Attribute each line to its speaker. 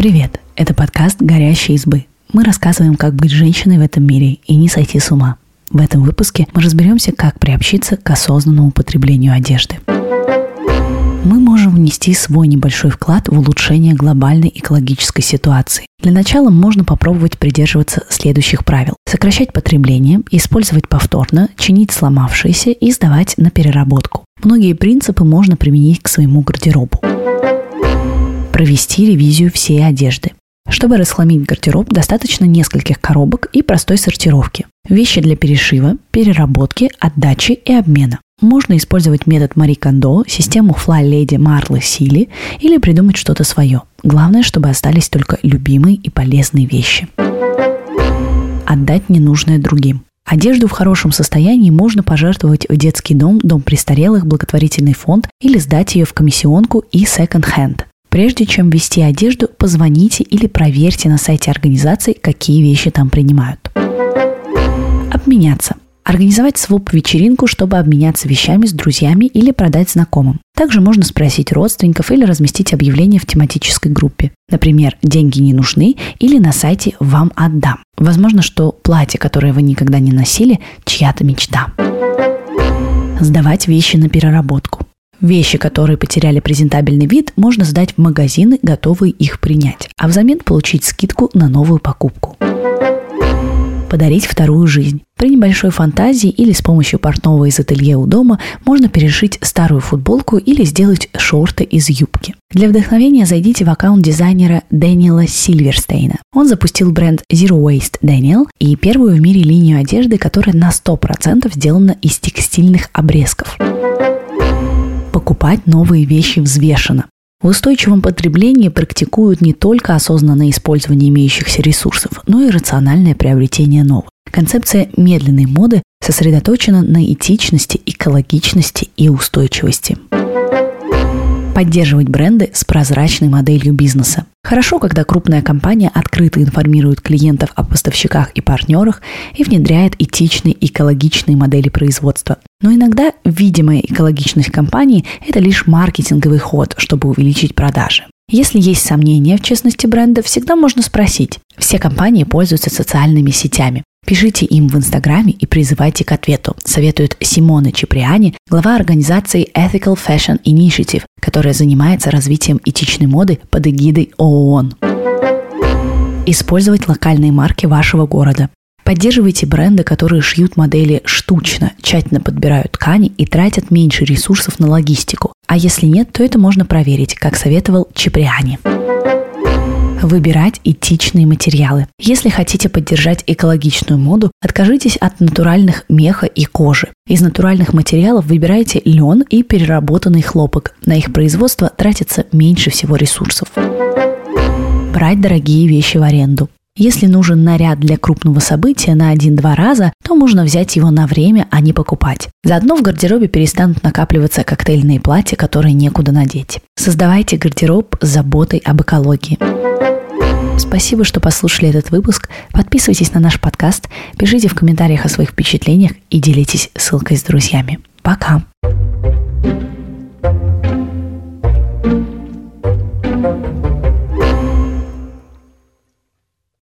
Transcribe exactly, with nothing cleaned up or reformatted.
Speaker 1: Привет! Это подкаст «Горящие избы». Мы рассказываем, как быть женщиной в этом мире и не сойти с ума. В этом выпуске мы разберемся, как приобщиться к осознанному потреблению одежды. Мы можем внести свой небольшой вклад в улучшение глобальной экологической ситуации. Для начала можно попробовать придерживаться следующих правил. Сокращать потребление, использовать повторно, чинить сломавшиеся и сдавать на переработку. Многие принципы можно применить к своему гардеробу. Провести ревизию всей одежды. Чтобы расхламить гардероб, достаточно нескольких коробок и простой сортировки. Вещи для перешива, переработки, отдачи и обмена. Можно использовать метод Мари Кондо, систему Fly Lady Марлы Сили или придумать что-то свое. Главное, чтобы остались только любимые и полезные вещи. Отдать ненужное другим. Одежду в хорошем состоянии можно пожертвовать в детский дом, дом престарелых, благотворительный фонд или сдать ее в комиссионку и секонд-хенд. Прежде чем вести одежду, позвоните или проверьте на сайте организации, какие вещи там принимают. Обменяться. Организовать своп-вечеринку, чтобы обменяться вещами с друзьями или продать знакомым. Также можно спросить родственников или разместить объявление в тематической группе. Например, «Деньги не нужны» или на сайте «Вам отдам». Возможно, что платье, которое вы никогда не носили, чья-то мечта. Сдавать вещи на переработку. Вещи, которые потеряли презентабельный вид, можно сдать в магазины, готовые их принять, а взамен получить скидку на новую покупку. Подарить вторую жизнь. При небольшой фантазии или с помощью портного из ателье у дома можно перешить старую футболку или сделать шорты из юбки. Для вдохновения зайдите в аккаунт дизайнера Дэниела Сильверстейна. Он запустил бренд Zero Waste Daniel и первую в мире линию одежды, которая на сто процентов сделана из текстильных обрезков. Покупать новые вещи взвешенно. В устойчивом потреблении практикуют не только осознанное использование имеющихся ресурсов, но и рациональное приобретение новых. Концепция медленной моды сосредоточена на этичности, экологичности и устойчивости. Поддерживать бренды с прозрачной моделью бизнеса. Хорошо, когда крупная компания открыто информирует клиентов о поставщиках и партнерах и внедряет этичные и экологичные модели производства. Но иногда видимая экологичность компании – это лишь маркетинговый ход, чтобы увеличить продажи. Если есть сомнения в честности бренда, всегда можно спросить. Все компании пользуются социальными сетями. Пишите им в Инстаграме и призывайте к ответу, советует Симона Чиприани, глава организации Ethical Fashion Initiative, которая занимается развитием этичной моды под эгидой ООН. Использовать локальные марки вашего города. Поддерживайте бренды, которые шьют модели штучно, тщательно подбирают ткани и тратят меньше ресурсов на логистику. А если нет, то это можно проверить, как советовал Чиприани. Выбирать этичные материалы. Если хотите поддержать экологичную моду, откажитесь от натуральных меха и кожи. Из натуральных материалов выбирайте лен и переработанный хлопок. На их производство тратится меньше всего ресурсов. Брать дорогие вещи в аренду. Если нужен наряд для крупного события на один-два раза, то можно взять его на время, а не покупать. Заодно в гардеробе перестанут накапливаться коктейльные платья, которые некуда надеть. Создавайте гардероб с заботой об экологии. Спасибо, что послушали этот выпуск. Подписывайтесь на наш подкаст, пишите в комментариях о своих впечатлениях и делитесь ссылкой с друзьями. Пока!